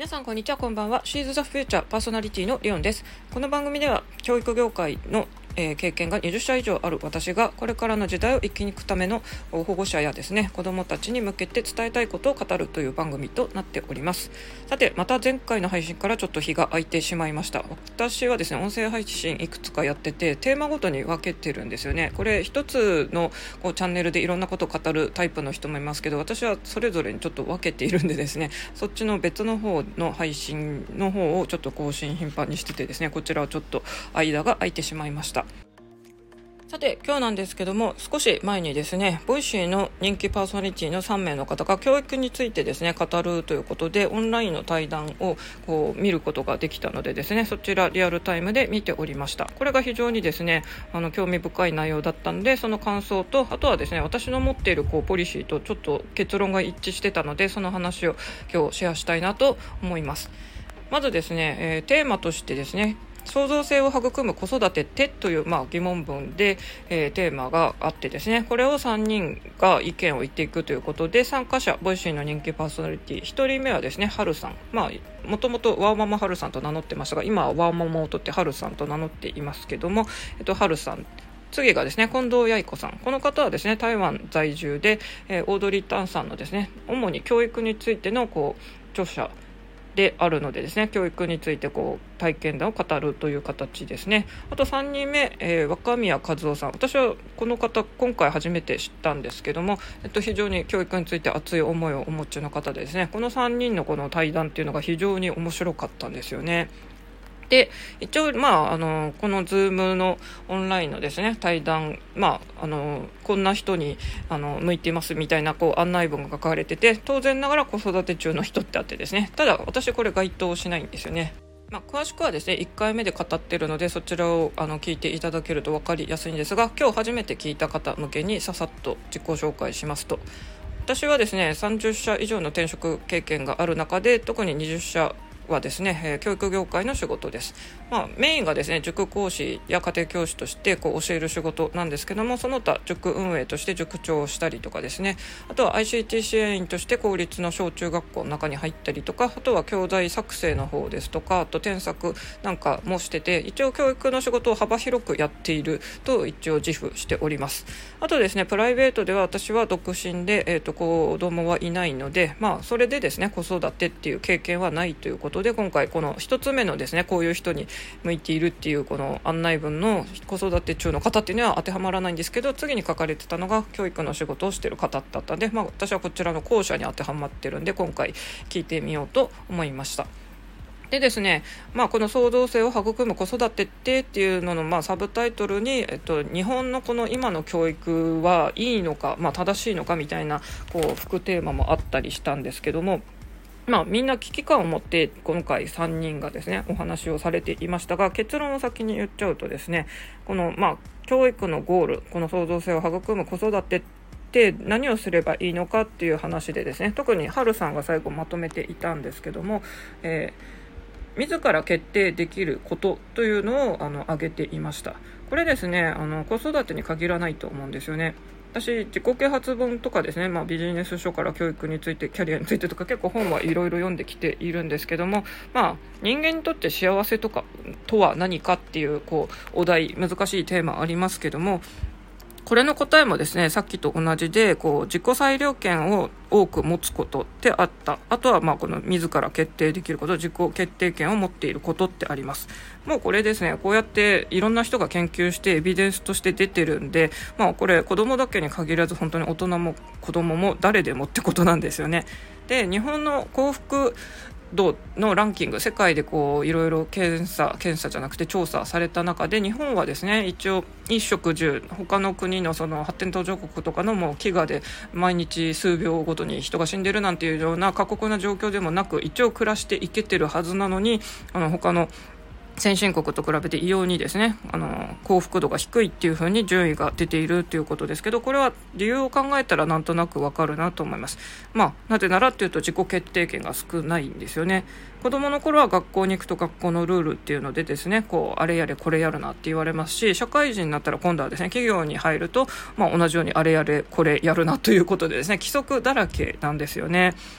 皆さんこんにちは、こんばんは。シーズ・ザ・フューチャーパーソナリティのリオンです。この番組では教育業界の経験が20社以上ある私がこれからの時代を生き抜くための保護者やですね、子どもたちに向けて伝えたいことを語るという番組となっております。さて、また前回の配信からちょっと日が空いてしまいました。私はですね、音声配信いくつかやっててテーマごとに分けてるんですよね。これ一つのチャンネルでいろんなことを語るタイプの人もいますけど、私はそれぞれにちょっと分けているんでですね、そっちの別の方の配信の方をちょっと更新頻繁にしててですね、こちらはちょっと間が空いてしまいました。さて今日なんですけども、少し前にですね、ボイシーの人気パーソナリティの3名の方が教育についてですね語るということで、オンラインの対談を見ることができたのでですね、そちらリアルタイムで見ておりました。これが非常にですね興味深い内容だったので、その感想と、あとはですね、私の持っているポリシーとちょっと結論が一致してたので、その話を今日シェアしたいなと思います。まずですね、テーマとしてですね、創造性を育む子育てってという、疑問文で、テーマがあってですね、これを3人が意見を言っていくということで、参加者ボイシーの人気パーソナリティ1人目はですね、はるさん、もともとワーママはるさんと名乗ってましたが、今はワーママを取ってはるさんと名乗っていますけども、はるさん、次がですね、近藤八重子さん。この方はですね、台湾在住で、オードリー・タンさんのですね、主に教育についての著者であるのでですね、教育について体験談を語るという形ですね。あと3人目、若宮和夫さん。私はこの方今回初めて知ったんですけども、非常に教育について熱い思いをお持ちの方でですね、この3人のこの対談っていうのが非常に面白かったんですよね。で、一応、このズームのオンラインのですね対談、こんな人に向いていますみたいな案内文が書かれてて、当然ながら子育て中の人ってあってですね、ただ私これ該当しないんですよね。詳しくはですね1回目で語っているので、そちらを聞いていただけると分かりやすいんですが、今日初めて聞いた方向けにささっと自己紹介しますと、私はですね30社以上の転職経験がある中で、特に20社はですね、教育業界の仕事です。メインがですね塾講師や家庭教師として教える仕事なんですけども、その他塾運営として塾長をしたりとかですね、あとは ICT 支援員として公立の小中学校の中に入ったりとか、あとは教材作成の方ですとか、あと添削なんかもしてて、一応教育の仕事を幅広くやっていると一応自負しております。あとですね、プライベートでは私は独身で、子供はいないので、それでですね子育てっていう経験はないということで、今回この一つ目のですね、こういう人に向いているっていうこの案内文の子育て中の方っていうのは当てはまらないんですけど、次に書かれてたのが教育の仕事をしている方だったんで、私はこちらの後者に当てはまってるんで、今回聞いてみようと思いました。でですね、この創造性を育む子育てっていうのの、サブタイトルに、日本のこの今の教育はいいのか、正しいのかみたいな副テーマもあったりしたんですけども、みんな危機感を持って今回3人がですねお話をされていましたが、結論を先に言っちゃうとですね、この教育のゴール、この創造性を育む子育てって何をすればいいのかっていう話でですね、特に春さんが最後まとめていたんですけども、自ら決定できることというのを挙げていました。これですね子育てに限らないと思うんですよね。私自己啓発本とかですね、ビジネス書から教育についてキャリアについてとか結構本はいろいろ読んできているんですけども、人間にとって幸せとは何かっていうお題、難しいテーマありますけども、これの答えもですねさっきと同じで自己裁量権を多く持つことってあった。あとはこの自ら決定できること、自己決定権を持っていることってあります。もうこれですね、こうやっていろんな人が研究してエビデンスとして出てるんで、これ子供だけに限らず本当に大人も子供も誰でもってことなんですよね。で、日本の幸福度のランキング、世界でいろいろ検査じゃなくて調査された中で、日本はですね一応衣食住、他の国のその発展途上国とかのもう飢餓で毎日数秒ごとに人が死んでるなんていうような過酷な状況でもなく、一応暮らしていけてるはずなのに、他の先進国と比べて異様にですね幸福度が低いっていう風に順位が出ているということですけど、これは理由を考えたらなんとなくわかるなと思います。なぜならっていうと、自己決定権が少ないんですよね。子供の頃は学校に行くと学校のルールっていうのでですねあれやれこれやるなって言われますし、社会人になったら今度はですね企業に入ると、同じようにあれやれこれやるなということでですね規則だらけなんですよね。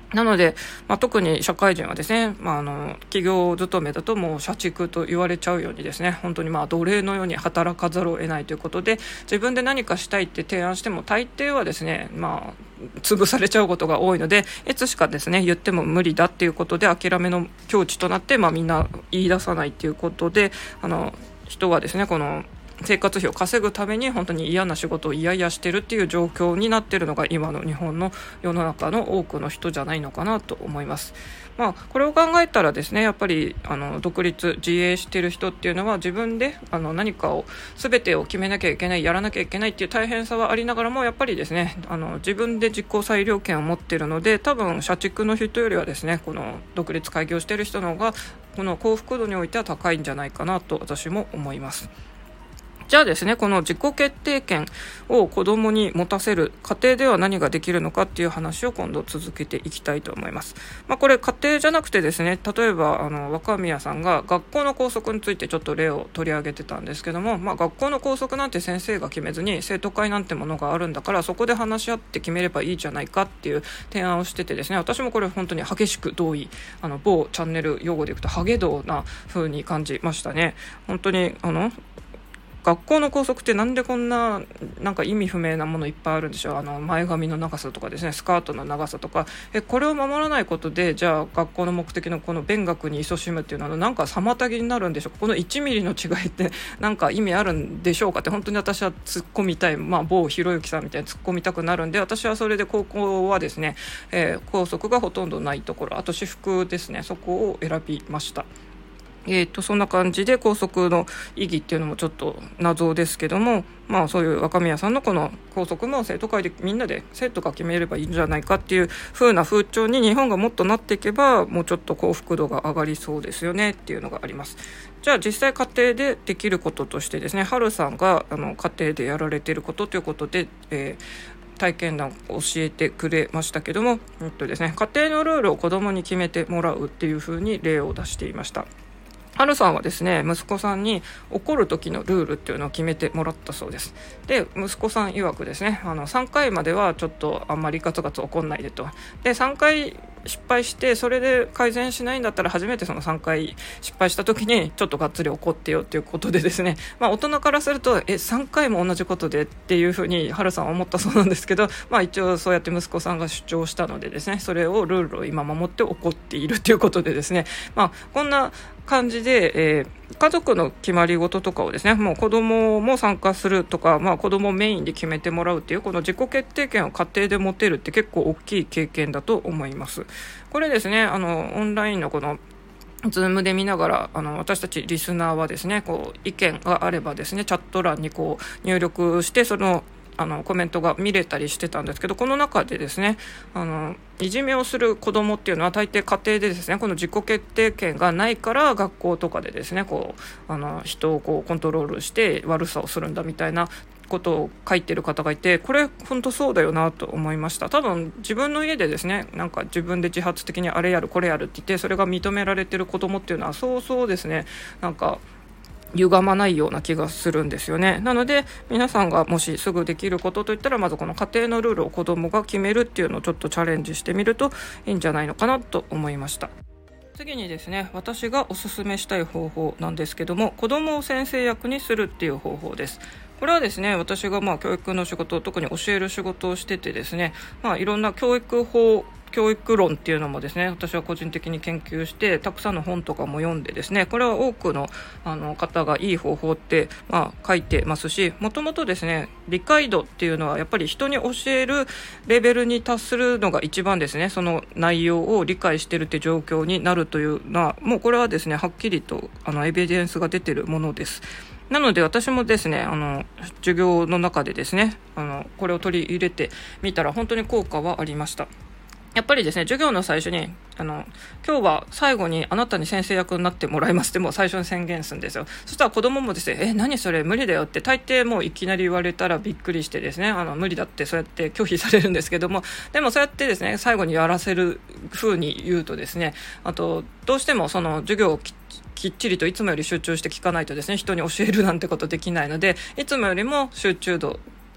なので、特に社会人はですね、企業勤めだともう社畜と言われちゃうようにですね、本当に奴隷のように働かざるを得ないということで、自分で何かしたいって提案しても大抵はですね、潰されちゃうことが多いので、いつしかですね言っても無理だっていうことで諦めの境地となって、みんな言い出さないっていうことで、人はですねこの生活費を稼ぐために本当に嫌な仕事を嫌々してるっていう状況になっているのが今の日本の世の中の多くの人じゃないのかなと思います。これを考えたらですね、やっぱり独立自営している人っていうのは自分で何かを全てを決めなきゃいけない、やらなきゃいけないっていう大変さはありながらも、やっぱりですね自分で実効裁量権を持っているので、多分社畜の人よりはですねこの独立開業している人の方がこの幸福度においては高いんじゃないかなと私も思います。じゃあですね、この自己決定権を子供に持たせる家庭では何ができるのかっていう話を今度続けていきたいと思います。これ家庭じゃなくてですね、例えば若宮さんが学校の校則についてちょっと例を取り上げてたんですけども、学校の校則なんて先生が決めずに生徒会なんてものがあるんだから、そこで話し合って決めればいいじゃないかっていう提案をしててですね、私もこれ本当に激しく同意、某チャンネル用語でいくとハゲ道な風に感じましたね。本当に学校の校則ってなんでこんな意味不明なものいっぱいあるんでしょう。前髪の長さとかですね、スカートの長さとか、これを守らないことでじゃあ学校の目的のこの勉学に勤しむっていうのは妨げになるんでしょうか。この1ミリの違いって意味あるんでしょうかって本当に私は突っ込みたい、某ひろゆきさんみたいに突っ込みたくなるんで、私はそれで高校はですね、校則がほとんどないところ、あと私服ですね、そこを選びました。そんな感じで校則の意義っていうのもちょっと謎ですけども、そういう若宮さんのこの校則も生徒会でみんなで生徒が決めればいいんじゃないかっていう風な風潮に日本がもっとなっていけば、もうちょっと幸福度が上がりそうですよねっていうのがあります。じゃあ実際家庭でできることとしてですね、春さんが家庭でやられていることということで、体験談を教えてくれましたけども、ですね、家庭のルールを子供に決めてもらうっていう風に例を出していました。春さんはですね、息子さんに怒る時のルールっていうのを決めてもらったそうです。で、息子さん曰くですね、3回まではちょっとあんまりガツガツ怒んないでと。で、3回失敗してそれで改善しないんだったら、初めてその3回失敗した時にちょっとがっつり怒ってよっていうことでですね、大人からすると3回も同じことでっていうふうに春さんは思ったそうなんですけど、一応そうやって息子さんが主張したのでですね、それをルールを今守って怒っているということでですね、こんな感じで、家族の決まり事とかをですね、もう子供も参加するとか、子供メインで決めてもらうっていうこの自己決定権を家庭で持てるって結構大きい経験だと思います。これですね、オンラインのこのズームで見ながら私たちリスナーはですね、意見があればですね、チャット欄に入力してそのコメントが見れたりしてたんですけど、この中でですねいじめをする子どもっていうのは大抵家庭でですね、この自己決定権がないから学校とかでですね人をコントロールして悪さをするんだみたいなことを書いてる方がいて、これ本当そうだよなと思いました。多分自分の家でですね自分で自発的にあれやるこれやるって言ってそれが認められてる子どもっていうのはそうですね歪まないような気がするんですよね。なので皆さんがもしすぐできることといったら、まずこの家庭のルールを子どもが決めるっていうのをちょっとチャレンジしてみるといいんじゃないのかなと思いました。次にですね、私がおすすめしたい方法なんですけども、子どもを先生役にするっていう方法です。これはですね、私が教育の仕事、特に教える仕事をしててですね、いろんな教育法教育論っていうのもですね、私は個人的に研究してたくさんの本とかも読んでですね、これは多くの方がいい方法って書いてますし、もともとですね理解度っていうのはやっぱり人に教えるレベルに達するのが一番ですね、その内容を理解してるって状況になるというのはもうこれはですねはっきりとエビデンスが出てるものです。なので私もですね授業の中でですねこれを取り入れてみたら本当に効果はありました。やっぱりですね、授業の最初に今日は最後にあなたに先生役になってもらいますってもう最初に宣言するんですよ。そしたら子供もですね、何それ無理だよって大抵もういきなり言われたらびっくりしてですね、無理だってそうやって拒否されるんですけども、でもそうやってですね最後にやらせる風に言うとですね、あとどうしてもその授業をきっちりといつもより集中して聞かないとですね、人に教えるなんてことできないので、いつもよりも集中度を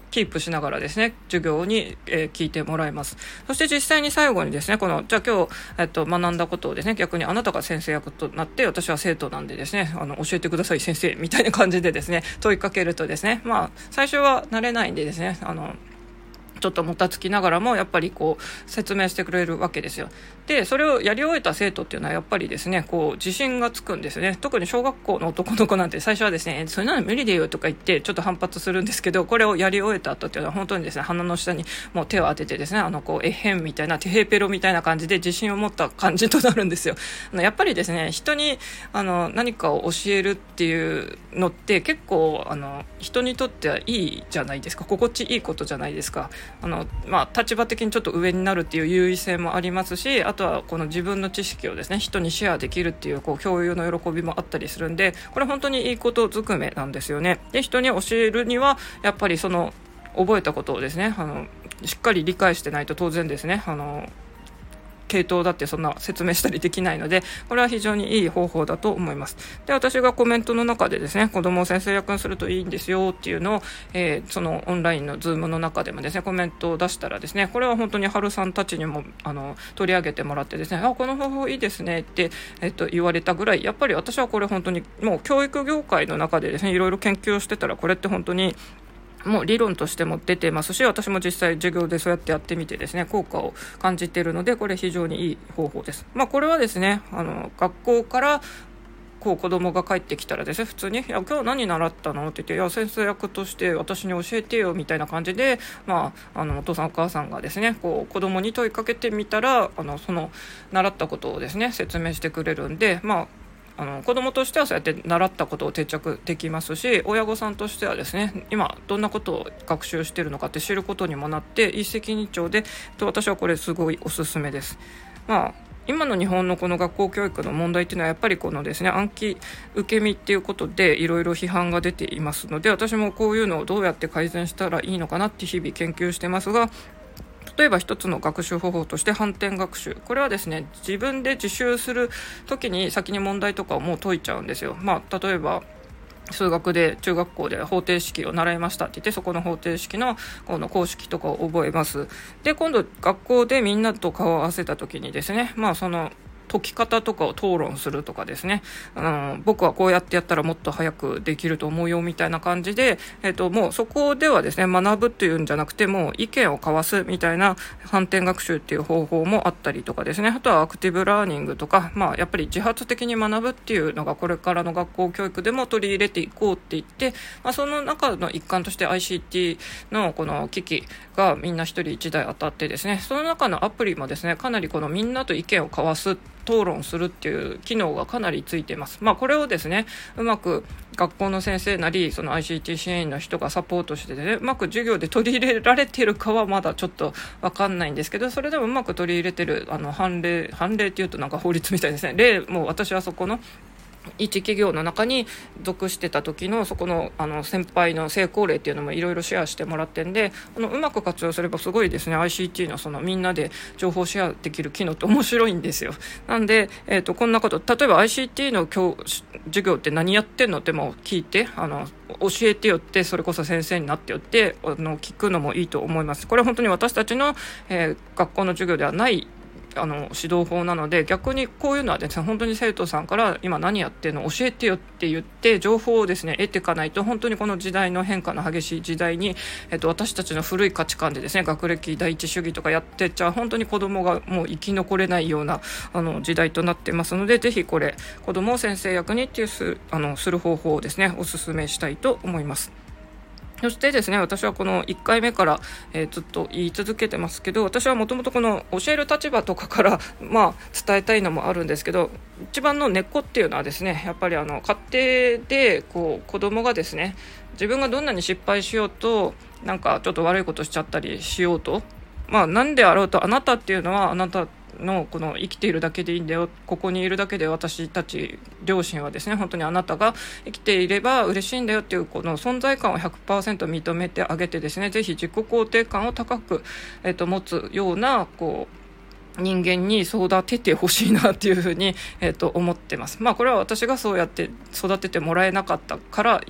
キープしながらですね授業に、聞いてもらいます。そして実際に最後にですねじゃあ今日、学んだことをですね逆にあなたが先生役となって私は生徒なんでですね教えてください先生みたいな感じでですね問いかけるとですね最初は慣れないんでですねちょっともたつきながらもやっぱり説明してくれるわけですよ。でそれをやり終えた生徒っていうのはやっぱりですね自信がつくんですね。特に小学校の男の子なんて最初はですねそれなの無理だよとか言ってちょっと反発するんですけど、これをやり終えた後っていうのは本当にですね鼻の下にもう手を当ててですねえへんみたいなテヘペロみたいな感じで自信を持った感じとなるんですよ。やっぱりですね人に何かを教えるっていうのって結構人にとってはいいじゃないですか。心地いいことじゃないですか。立場的にちょっと上になるっていう優位性もありますし、あとはこの自分の知識をですね人にシェアできるっていう共有の喜びもあったりするんで、これ本当にいいことずくめなんですよね。で人に教えるにはやっぱり覚えたことをですねしっかり理解してないと当然ですね系統だってそんな説明したりできないので、これは非常にいい方法だと思います。で私がコメントの中でですね子供を先生役にするといいんですよっていうのを、そのオンラインのズームの中でもですねコメントを出したらですね、これは本当に春さんたちにも取り上げてもらってですねこの方法いいですねって、言われたぐらい、やっぱり私はこれ本当にもう教育業界の中でですねいろいろ研究をしてたらこれって本当にもう理論としても出てますし、私も実際授業でそうやってやってみてですね効果を感じているので、これ非常にいい方法です。これはですね学校から子供が帰ってきたらですね普通に今日何習ったのって言って先生役として私に教えてよみたいな感じで、お父さんお母さんがですね子供に問いかけてみたらその習ったことをですね説明してくれるんで、子供としてはそうやって習ったことを定着できますし、親御さんとしてはですね今どんなことを学習しているのかって知ることにもなって一石二鳥で私はこれすごいおすすめです。今の日本のこの学校教育の問題っていうのはやっぱりこのですね暗記受け身っていうことでいろいろ批判が出ていますので、私もこういうのをどうやって改善したらいいのかなって日々研究してますが、例えば一つの学習方法として反転学習、これはですね自分で自習する時に先に問題とかをもう解いちゃうんですよ。例えば数学で中学校で方程式を習いましたって言って、そこの方程式のこの公式とかを覚えます。で今度学校でみんなと顔を合わせた時にですねその解き方とかを討論するとかですね僕はこうやってやったらもっと早くできると思うよみたいな感じで、もうそこではですね学ぶっていうんじゃなくてもう意見を交わすみたいな反転学習っていう方法もあったりとかですね、あとはアクティブラーニングとか、やっぱり自発的に学ぶっていうのがこれからの学校教育でも取り入れていこうって言って、その中の一環として ICT のこの機器がみんな一人一台当たってですね、その中のアプリもですねかなりこのみんなと意見を交わす討論するっていう機能がかなりついています。これをですねうまく学校の先生なりその ICT 支援員の人がサポートしてねうまく授業で取り入れられているかはまだちょっと分かんないんですけど、それでもうまく取り入れてる判例っていうとなんか法律みたいですね。例も私はそこの一企業の中に属してた時のそこの先輩の成功例っていうのもいろいろシェアしてもらってんで、うまく活用すればすごいですね ICT のそのみんなで情報シェアできる機能って面白いんですよ。なんで、こんなこと例えば ICT の授業って何やってんのっても聞いて教えてよって、それこそ先生になってよって聞くのもいいと思います。これは本当に私たちの、学校の授業ではない指導法なので、逆にこういうのはですね本当に生徒さんから今何やってるの教えてよって言って情報をですね得ていかないと、本当にこの時代の変化の激しい時代に、私たちの古い価値観でですね学歴第一主義とかやってっちゃ本当に子供がもう生き残れないような時代となってますので、ぜひこれ子供を先生役にっていうする方法をですねお勧めしたいと思います。そしてですね私はこの1回目から、ずっと言い続けてますけど、私はもともとこの教える立場とかから伝えたいのもあるんですけど、一番の根っこっていうのはですねやっぱり家庭で子供がですね自分がどんなに失敗しようとなんかちょっと悪いことしちゃったりしようと、なんであろうとあなたっていうのはあなたのこの生きているだけでいいんだよ、ここにいるだけで私たち両親はですね本当にあなたが生きていれば嬉しいんだよっていうこの存在感を 100% 認めてあげてですね、ぜひ自己肯定感を高く、持つような人間に育ててほしいなっていうふうに、思ってます。これは私がそうやって育ててもらえなかったから今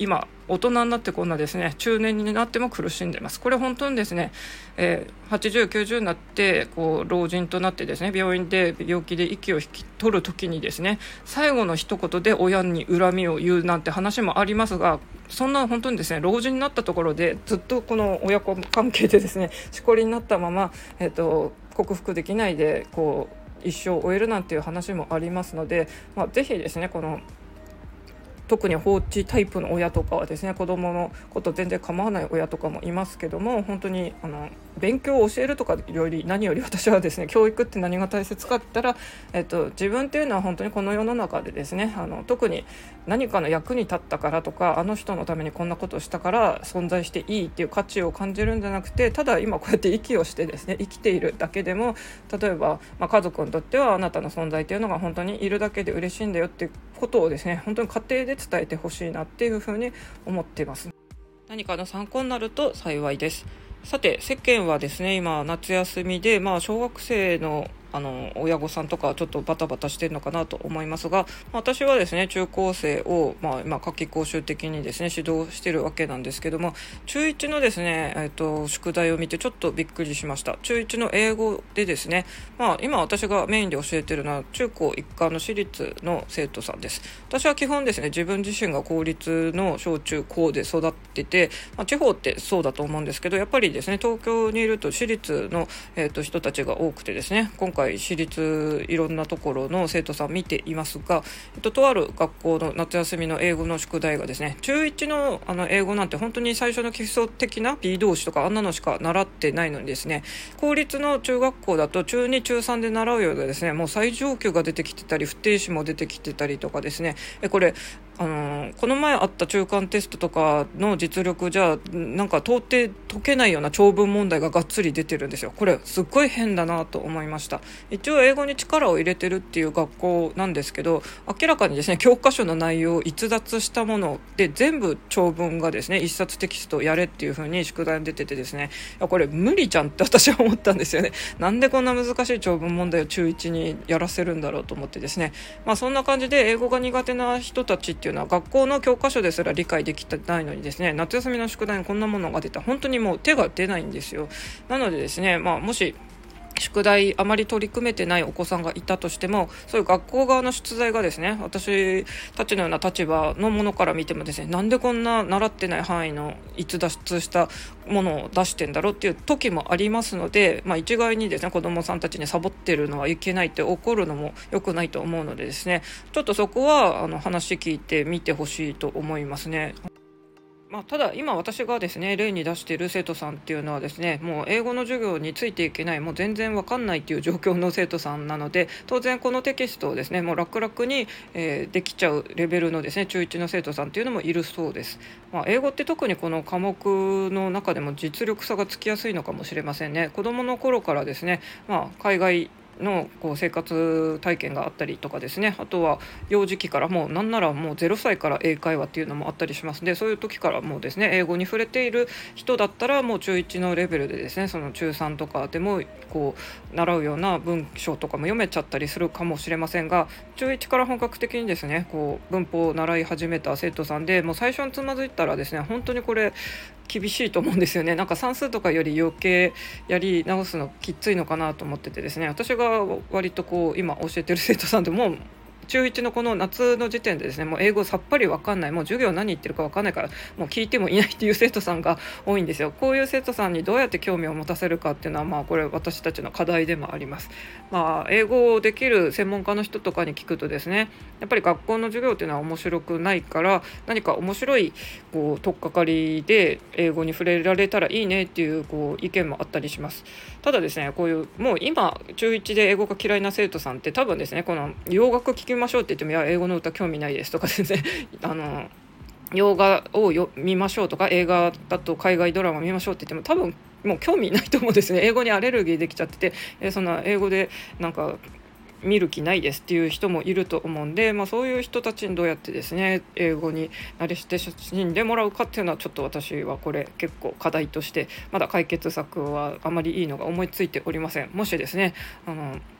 大人になってこんなですね中年になっても苦しんでます。これ本当にですね、80、90になってこう老人となってですね病院で病気で息を引き取る時にですね最後の一言で親に恨みを言うなんて話もありますが、そんな本当にですね老人になったところでずっとこの親子関係でですねしこりになったまま、克服できないでこう一生を終えるなんていう話もありますので、ぜひですねこの特に放置タイプの親とかはですね子供のこと全然構わない親とかもいますけども、本当に勉強を教えるとかより何より私はですね教育って何が大切かって言ったら、自分っていうのは本当にこの世の中でですね特に何かの役に立ったからとかあの人のためにこんなことをしたから存在していいっていう価値を感じるんじゃなくて、ただ今こうやって息をしてですね生きているだけでも例えば、家族にとってはあなたの存在っていうのが本当にいるだけで嬉しいんだよっていうことをですね本当に家庭で伝えてほしいなっていうふうに思っています。何かの参考になると幸いです。さて世間はですね今夏休みで、小学生の親御さんとかちょっとバタバタしてるのかなと思いますが、私はですね中高生を、今夏期講習的にですね指導してるわけなんですけども、中1のですね、宿題を見てちょっとびっくりしました。中1の英語でですね、今私がメインで教えてるのは中高一貫の私立の生徒さんです。私は基本ですね自分自身が公立の小中高で育ってて、地方ってそうだと思うんですけど、やっぱりですね東京にいると私立の、人たちが多くてですね、今回私立いろんなところの生徒さん見ていますが、とある学校の夏休みの英語の宿題がですね中1の、英語なんて本当に最初の基礎的な B 動詞とかあんなのしか習ってないのにですね、公立の中学校だと中2中3で習うようでですねもう最上級が出てきてたり不定詞も出てきてたりとかですね、これこの前あった中間テストとかの実力じゃなんか到底解けないような長文問題ががっつり出てるんですよ。これすっごい変だなと思いました。一応英語に力を入れてるっていう学校なんですけど、明らかにですね教科書の内容を逸脱したもので全部長文がですね一冊テキストをやれっていう風に宿題に出ててですね、これ無理じゃんって私は思ったんですよね。なんでこんな難しい長文問題を中1にやらせるんだろうと思ってですね、そんな感じで英語が苦手な人たちっていうのは学校の教科書ですら理解できてないのにですね、夏休みの宿題にこんなものが出た本当にもう手が出ないんですよ。なのでですね、もし宿題あまり取り組めてないお子さんがいたとしても、そういう学校側の出題がですね私たちのような立場のものから見てもですね、なんでこんな習ってない範囲の逸脱したものを出してんだろうっていう時もありますので、一概にですね子どもさんたちにサボってるのはいけないって怒るのも良くないと思うのでですね、ちょっとそこは話聞いてみてほしいと思いますね。ただ今私がですね例に出している生徒さんっていうのはですねもう英語の授業についていけない、もう全然わかんないっていう状況の生徒さんなので、当然このテキストをですねもう楽々に、できちゃうレベルのですね中1の生徒さんっていうのもいるそうです。英語って特にこの科目の中でも実力差がつきやすいのかもしれませんね。子どもの頃からですね、海外の生活体験があったりとかですね、あとは幼児期からもうなんならもう0歳から英会話っていうのもあったりしますので、そういう時からもうですね英語に触れている人だったらもう中1のレベルでですねその中3とかでも習うような文章とかも読めちゃったりするかもしれませんが、中1から本格的にですね文法を習い始めた生徒さんでもう最初につまずいたらですね本当にこれ厳しいと思うんですよね。なんか算数とかより余計やり直すのきついのかなと思っててですね、私が割と今教えてる生徒さんでも中1のこの夏の時点でですねもう英語さっぱり分かんない、もう授業何言ってるか分かんないからもう聞いてもいないっていう生徒さんが多いんですよ。こういう生徒さんにどうやって興味を持たせるかっていうのはこれ私たちの課題でもあります。英語をできる専門家の人とかに聞くとですね、やっぱり学校の授業っていうのは面白くないから何か面白い取っかかりで英語に触れられたらいいねっていう意見もあったりします。ただですねこういうもう今中1で英語が嫌いな生徒さんって多分ですねこの洋楽聞きましょうって言ってもいや英語の歌興味ないですとかですね洋画を見ましょうとか映画だと海外ドラマ見ましょうって言っても多分もう興味ないと思うんですね。英語にアレルギーできちゃってて、そんな英語でなんか見る気ないですっていう人もいると思うんで、そういう人たちにどうやってですね英語に慣れ親んでもらうかっていうのはちょっと私はこれ結構課題としてまだ解決策はあまりいいのが思いついておりません。もしですね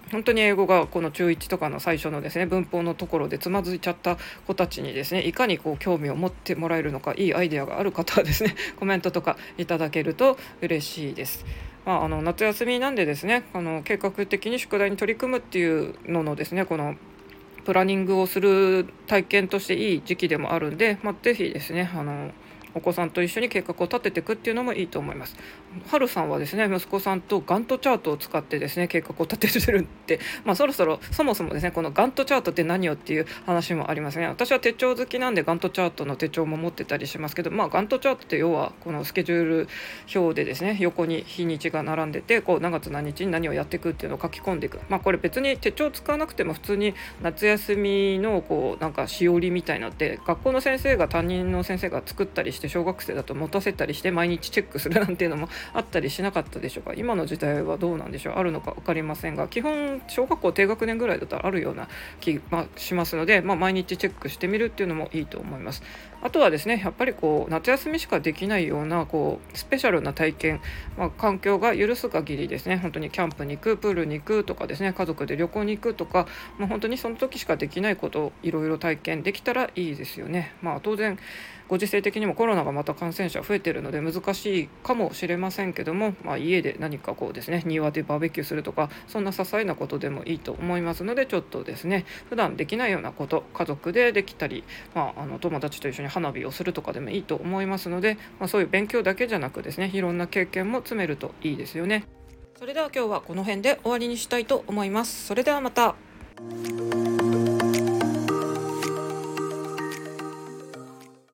本当に英語がこの中1とかの最初のですね文法のところでつまずいちゃった子たちにですねいかにこう興味を持ってもらえるのか、いいアイデアがある方はですねコメントとかいただけると嬉しいです。夏休みなんでですね計画的に宿題に取り組むっていうののですねこのプランニングをする体験としていい時期でもあるんで、ぜひですねお子さんと一緒に計画を立てていくっていうのもいいと思います。春さんはですね息子さんとガントチャートを使ってですね計画を立ててるって、そろそろそもそもですねこのガントチャートって何よっていう話もありますね。私は手帳好きなんでガントチャートの手帳も持ってたりしますけど、ガントチャートって要はこのスケジュール表でですね横に日にちが並んでてこう何月何日に何をやっていくっていうのを書き込んでいく、これ別に手帳使わなくても普通に夏休みのこうなんかしおりみたいなって学校の先生が担任の先生が作ったりして小学生だと持たせたりして毎日チェックするなんていうのもあったりしなかったでしょうか。今の時代はどうなんでしょう、あるのか分かりませんが、基本小学校低学年ぐらいだったらあるような気がしますので、毎日チェックしてみるっていうのもいいと思います。あとはですねやっぱりこう夏休みしかできないようなこうスペシャルな体験、環境が許す限りですね本当にキャンプに行く、プールに行くとかですね家族で旅行に行くとか、本当にその時しかできないことをいろいろ体験できたらいいですよね。当然ご時世的にもコロナがまた感染者増えているので難しいかもしれませんけども、家で何かこうですね庭でバーベキューするとかそんな些細なことでもいいと思いますので、ちょっとですね普段できないようなこと家族でできたり、友達と一緒に花火をするとかでもいいと思いますので、そういう勉強だけじゃなくですねいろんな経験も詰めるといいですよね。それでは今日はこの辺で終わりにしたいと思います。それではまた。